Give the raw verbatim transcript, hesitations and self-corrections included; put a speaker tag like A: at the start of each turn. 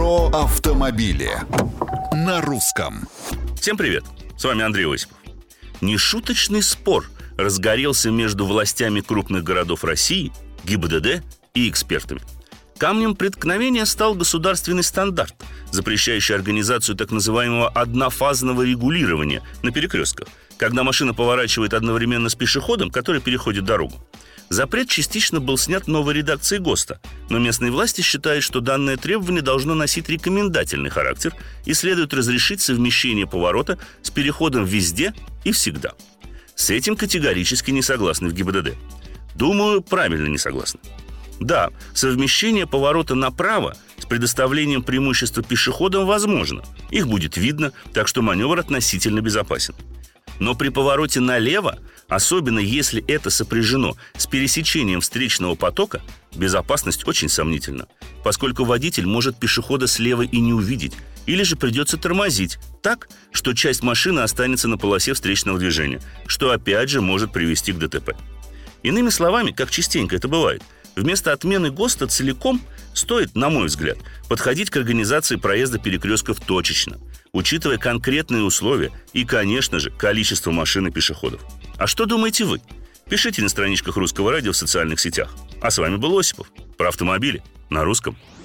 A: Про автомобили на русском.
B: Всем привет, с вами Андрей Осипов. Нешуточный спор разгорелся между властями крупных городов России, ГИБДД и экспертами. Камнем преткновения стал государственный стандарт, запрещающий организацию так называемого однофазного регулирования на перекрестках, когда машина поворачивает одновременно с пешеходом, который переходит дорогу. Запрет частично был снят новой редакцией ГОСТа, но местные власти считают, что данное требование должно носить рекомендательный характер и следует разрешить совмещение поворота с переходом везде и всегда. С этим категорически не согласны в ГИБДД. Думаю, правильно не согласны. Да, совмещение поворота направо с предоставлением преимущества пешеходам возможно. Их будет видно, так что маневр относительно безопасен. Но при повороте налево, особенно если это сопряжено с пересечением встречного потока, безопасность очень сомнительна, поскольку водитель может пешехода слева и не увидеть, или же придется тормозить так, что часть машины останется на полосе встречного движения, что опять же может привести к ДТП. Иными словами, как частенько это бывает, вместо отмены ГОСТа целиком стоит, на мой взгляд, подходить к организации проезда перекрестков точечно, учитывая конкретные условия и, конечно же, количество машин и пешеходов. А что думаете вы? Пишите на страничках Русского радио в социальных сетях. А с вами был Осипов. Про автомобили на русском.